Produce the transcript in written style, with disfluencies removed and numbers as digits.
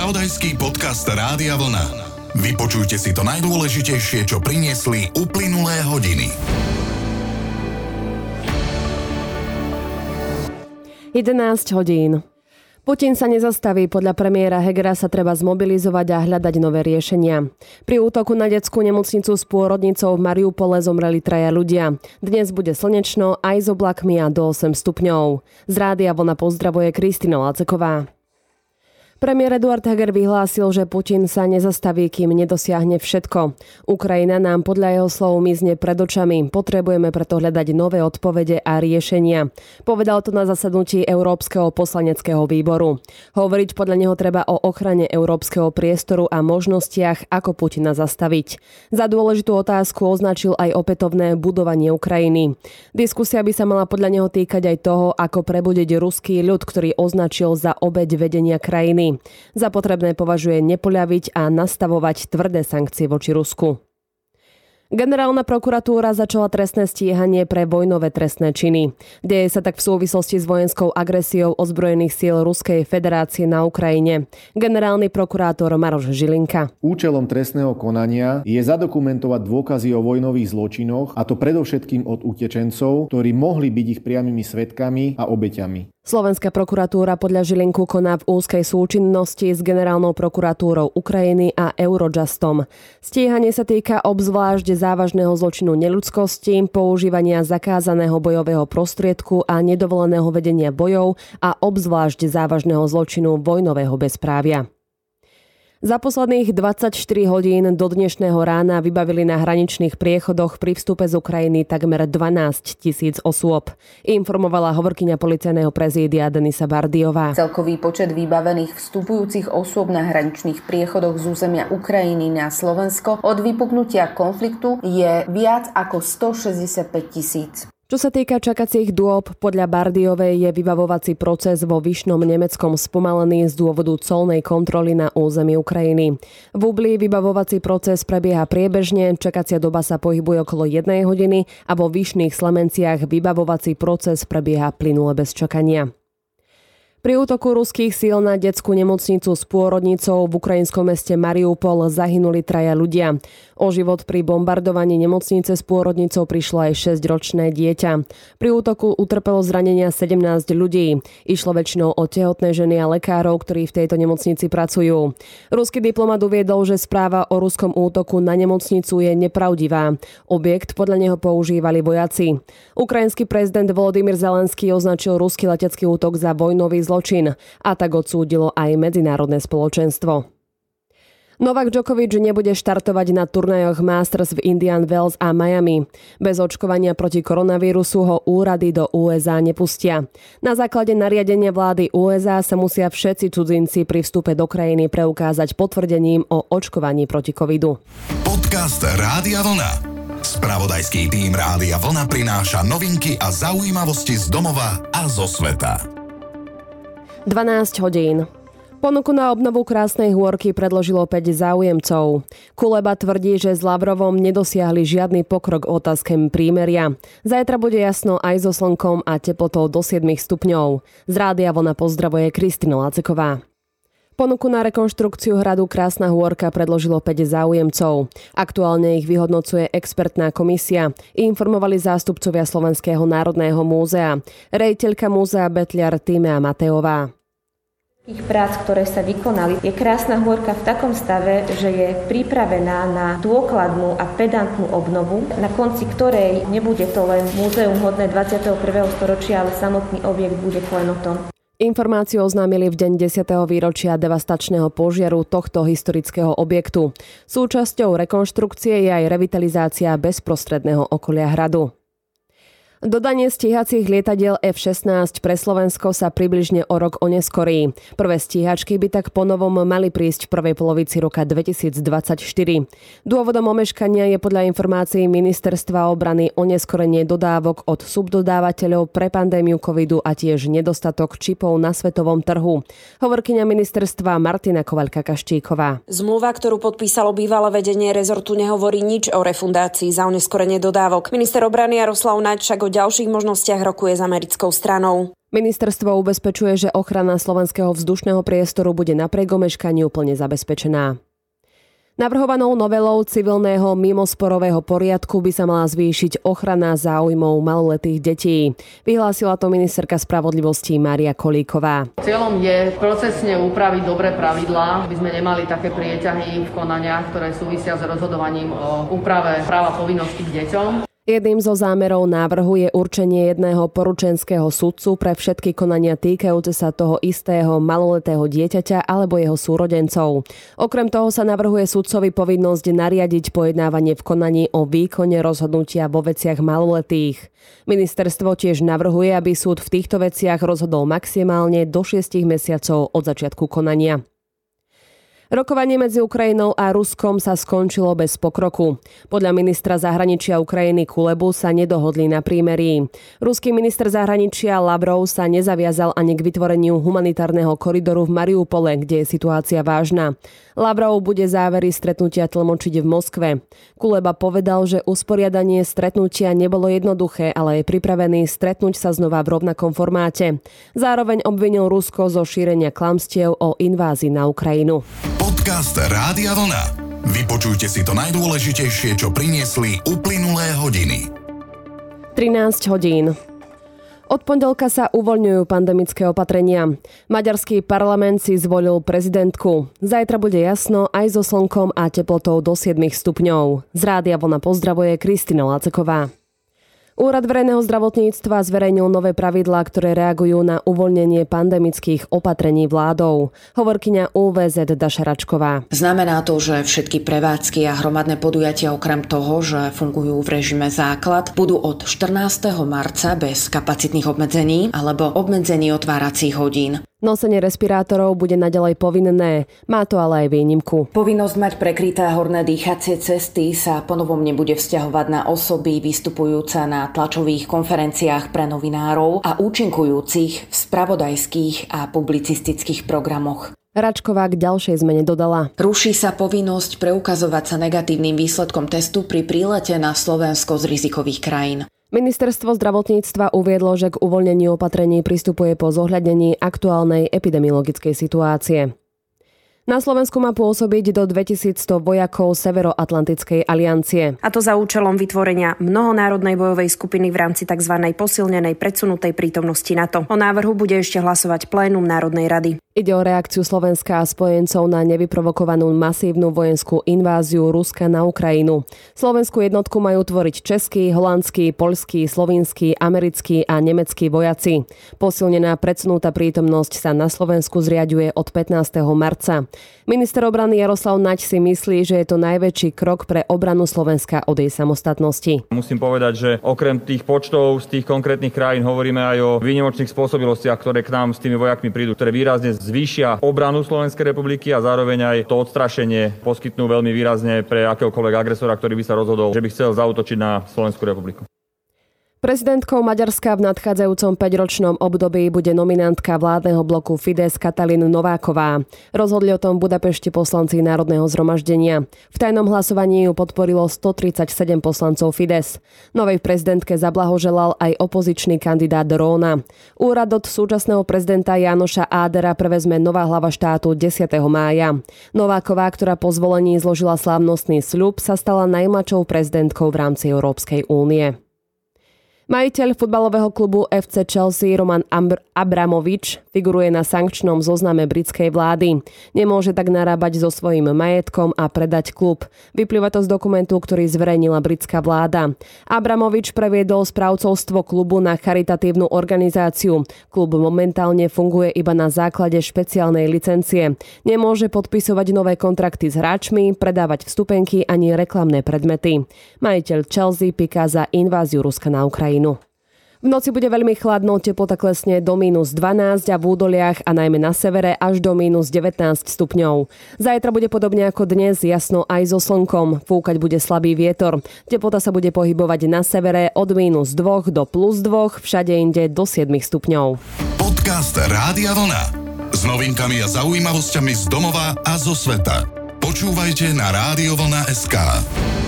Spravodajský podcast Rádia Vlna. Vypočujte si to najdôležitejšie, čo priniesli uplynulé hodiny. 11 hodín. Putin sa nezastaví, podľa premiéra Hegera sa treba zmobilizovať a hľadať nové riešenia. Pri útoku na detskú nemocnicu s pôrodnicou v Mariupole zomreli 3 ľudia. Dnes bude slnečno aj s oblakmi a do 8 stupňov. Z Rádia Vlna pozdravuje Kristina Laceková. Premiér Eduard Heger vyhlásil, že Putin sa nezastaví, kým nedosiahne všetko. Ukrajina nám podľa jeho slov mizne pred očami. Potrebujeme preto hľadať nové odpovede a riešenia. Povedal to na zasadnutí Európskeho poslaneckého výboru. Hovoriť podľa neho treba o ochrane európskeho priestoru a možnostiach, ako Putina zastaviť. Za dôležitú otázku označil aj opätovné budovanie Ukrajiny. Diskusia by sa mala podľa neho týkať aj toho, ako prebudiť ruský ľud, ktorý označil za obeť vedenia krajiny. Za potrebné považuje nepoľaviť a nastavovať tvrdé sankcie voči Rusku. Generálna prokuratúra začala trestné stíhanie pre vojnové trestné činy. Deje sa tak v súvislosti s vojenskou agresiou ozbrojených síl Ruskej federácie na Ukrajine. Generálny prokurátor Maroš Žilinka. Účelom trestného konania je zadokumentovať dôkazy o vojnových zločinoch, a to predovšetkým od utečencov, ktorí mohli byť ich priamymi svedkami a obeťami. Slovenská prokuratúra podľa Žilinku koná v úzkej súčinnosti s Generálnou prokuratúrou Ukrajiny a Eurojustom. Stíhanie sa týka obzvlášť závažného zločinu neľudskosti, používania zakázaného bojového prostriedku a nedovoleného vedenia bojov a obzvlášť závažného zločinu vojnového bezprávia. Za posledných 24 hodín do dnešného rána vybavili na hraničných priechodoch pri vstupe z Ukrajiny takmer 12 000 osôb. Informovala hovorkyňa policajného prezídia Denisa Bardiová. Celkový počet vybavených vstupujúcich osôb na hraničných priechodoch z územia Ukrajiny na Slovensko od vypuknutia konfliktu je viac ako 165 000. Čo sa týka čakacích dôb, podľa Bardiovej je vybavovací proces vo Vyšnom Nemeckom spomalený z dôvodu colnej kontroly na území Ukrajiny. V Ubli vybavovací proces prebieha priebežne, čakacia doba sa pohybuje okolo 1 hodiny a vo Vyšných Slemenciach vybavovací proces prebieha plynule bez čakania. Pri útoku ruských síl na detskú nemocnicu s pôrodnicou v ukrajinskom meste Mariupol zahynuli 3 ľudia. O život pri bombardovaní nemocnice s pôrodnicou prišlo aj 6-ročné dieťa. Pri útoku utrpelo zranenia 17 ľudí. Išlo väčšinou o tehotné ženy a lekárov, ktorí v tejto nemocnici pracujú. Ruský diplomat uviedol, že správa o ruskom útoku na nemocnicu je nepravdivá. Objekt podľa neho používali vojaci. Ukrajinský prezident Volodymyr Zelenský označil ruský letecký útok za vojnový zločin a tak odsúdilo aj medzinárodné spoločenstvo. Novak Djokovic nebude štartovať na turnajoch Masters v Indian Wells a Miami. Bez očkovania proti koronavírusu ho úrady do USA nepustia. Na základe nariadenia vlády USA sa musia všetci cudzinci pri vstupe do krajiny preukázať potvrdením o očkovaní proti covidu. Podcast Rádia Vlna. Spravodajský tím Rádia Vlna prináša novinky a zaujímavosti z domova a zo sveta. 12 hodín. Ponuku na obnovu Krásnej hôrky predložilo 5 záujemcov. Kuleba tvrdí, že s Lavrovom nedosiahli žiadny pokrok v otázke prímeria. Zajtra bude jasno aj so slnkom a teplotou do 7 stupňov. Z Rádia Vlna pozdravuje Kristina Laceková. Ponuku na rekonštrukciu hradu Krásna hôrka predložilo 5 záujemcov. Aktuálne ich vyhodnocuje expertná komisia, informovali zástupcovia Slovenského národného múzea, riaditeľka múzea Betliar Tímea Mateová. Ich prác, ktoré sa vykonali, je Krásna hôrka v takom stave, že je pripravená na dôkladnú a pedantnú obnovu, na konci ktorej nebude to len múzeum hodné 21. storočia, ale samotný objekt bude klenotom. Informáciu oznámili v deň 10. výročia devastačného požiaru tohto historického objektu. Súčasťou rekonštrukcie je aj revitalizácia bezprostredného okolia hradu. Dodanie stíhacích lietadiel F-16 pre Slovensko sa približne o rok oneskorí. Prvé stíhačky by tak ponovom mali prísť v prvej polovici roka 2024. Dôvodom omeškania je podľa informácií Ministerstva obrany oneskorenie dodávok od subdodávateľov pre pandémiu covidu a tiež nedostatok čipov na svetovom trhu. Hovorkyňa ministerstva Martina Kovaľka-Kaštíková. Zmluva, ktorú podpísalo bývalé vedenie rezortu, nehovorí nič o refundácii za oneskorenie dodávok. Minister obrany Jaroslav Naď však o ďalších možnostiach rokuje s americkou stranou. Ministerstvo ubezpečuje, že ochrana slovenského vzdušného priestoru bude napriek omeškaniu plne zabezpečená. Navrhovanou novelou civilného mimosporového poriadku by sa mala zvýšiť ochrana záujmov maloletých detí. Vyhlásila to ministerka spravodlivosti Mária Kolíková. Cieľom je procesne upraviť dobré pravidlá, aby sme nemali také prieťahy v konaniach, ktoré súvisia s rozhodovaním o úprave práva povinností k deťom. Jedným zo zámerov návrhu je určenie jedného poručenského sudcu pre všetky konania týkajúce sa toho istého maloletého dieťaťa alebo jeho súrodencov. Okrem toho sa navrhuje sudcovi povinnosť nariadiť pojednávanie v konaní o výkone rozhodnutia vo veciach maloletých. Ministerstvo tiež navrhuje, aby súd v týchto veciach rozhodol maximálne do 6 mesiacov od začiatku konania. Rokovanie medzi Ukrajinou a Ruskom sa skončilo bez pokroku. Podľa ministra zahraničia Ukrajiny Kulebu sa nedohodli na prímerí. Ruský minister zahraničia Lavrov sa nezaviazal ani k vytvoreniu humanitárneho koridoru v Mariupole, kde je situácia vážna. Lavrov bude závery stretnutia tlmočiť v Moskve. Kuleba povedal, že usporiadanie stretnutia nebolo jednoduché, ale je pripravený stretnúť sa znova v rovnakom formáte. Zároveň obvinil Rusko zo šírenia klamstiev o invázii na Ukrajinu. Podcast Rádia Vlna. Vypočujte si to najdôležitejšie, čo priniesli uplynulé hodiny. 13 hodín. Od pondelka sa uvoľňujú pandemické opatrenia. Maďarský parlament si zvolil prezidentku. Zajtra bude jasno aj so slnkom a teplotou do 7 stupňov. Z Rádia Vlna pozdravuje Kristina Laceková. Úrad verejného zdravotníctva zverejnil nové pravidlá, ktoré reagujú na uvoľnenie pandemických opatrení vládou. Hovorkyňa UVZ Daša Račková. Znamená to, že všetky prevádzky a hromadné podujatia okrem toho, že fungujú v režime základ, budú od 14. marca bez kapacitných obmedzení alebo obmedzení otváracích hodín. Nosenie respirátorov bude naďalej povinné, má to ale aj výnimku. Povinnosť mať prekryté horné dýchacie cesty sa ponovom nebude vzťahovať na osoby vystupujúce na tlačových konferenciách pre novinárov a účinkujúcich v spravodajských a publicistických programoch. Račková k ďalšej zmene dodala. Ruší sa povinnosť preukazovať sa negatívnym výsledkom testu pri prílete na Slovensko z rizikových krajín. Ministerstvo zdravotníctva uviedlo, že k uvoľneniu opatrení pristupuje po zohľadnení aktuálnej epidemiologickej situácie. Na Slovensku má pôsobiť do 2100 vojakov Severoatlantickej aliancie. A to za účelom vytvorenia mnohonárodnej bojovej skupiny v rámci tzv. Posilnenej predsunutej prítomnosti NATO. O návrhu bude ešte hlasovať plénum Národnej rady. Ide o reakciu Slovenska a spojencov na nevyprovokovanú masívnu vojenskú inváziu Ruska na Ukrajinu. Slovenskú jednotku majú tvoriť český, holandský, poľský, slovinský, americký a nemecký vojaci. Posilnená predsunutá prítomnosť sa na Slovensku zriaďuje od 15. marca. Minister obrany Jaroslav Naď si myslí, že je to najväčší krok pre obranu Slovenska od jej samostatnosti. Musím povedať, že okrem tých počtov z tých konkrétnych krajín hovoríme aj o výnimočných spôsobilostiach, ktoré k nám s tými vojakmi prídu, ktoré výrazne zvýšia obranu Slovenskej republiky a zároveň aj to odstrašenie poskytnú veľmi výrazne pre akéhokoľvek agresora, ktorý by sa rozhodol, že by chcel zaútočiť na Slovenskú republiku. Prezidentkou Maďarska v nadchádzajúcom 5-ročnom období bude nominantka vládneho bloku Fides Katalin Nováková. Rozhodli o tom v Budapešti poslanci Národného zhromaždenia. V tajnom hlasovaní ju podporilo 137 poslancov Fides. Novej prezidentke zablahoželal aj opozičný kandidát Róna. Úrad od súčasného prezidenta Jánoša Ádera prevezme nová hlava štátu 10. mája. Nováková, ktorá po zvolení zložila slávnostný sľub, sa stala najmladšou prezidentkou v rámci Európskej únie. Majiteľ futbalového klubu FC Chelsea Roman Abramovič figuruje na sankčnom zozname britskej vlády. Nemôže tak narábať so svojím majetkom a predať klub. Vyplýva to z dokumentu, ktorý zverejnila britská vláda. Abramovič previedol správcovstvo klubu na charitatívnu organizáciu. Klub momentálne funguje iba na základe špeciálnej licencie. Nemôže podpisovať nové kontrakty s hráčmi, predávať vstupenky ani reklamné predmety. Majiteľ Chelsea piká za inváziu Ruska na Ukrajinu. V noci bude veľmi chladno, teplota klesne do -12 a v údoliach a najmä na severe až do -19 stupňov. Zajtra bude podobne ako dnes, jasno aj so slnkom. Fúkať bude slabý vietor. Teplota sa bude pohybovať na severe od -2 do +2, všade inde do 7 stupňov. Podcast Rádia Vlna. S novinkami a zaujímavosťami z domova a zo sveta. Počúvajte na radiovlna.sk.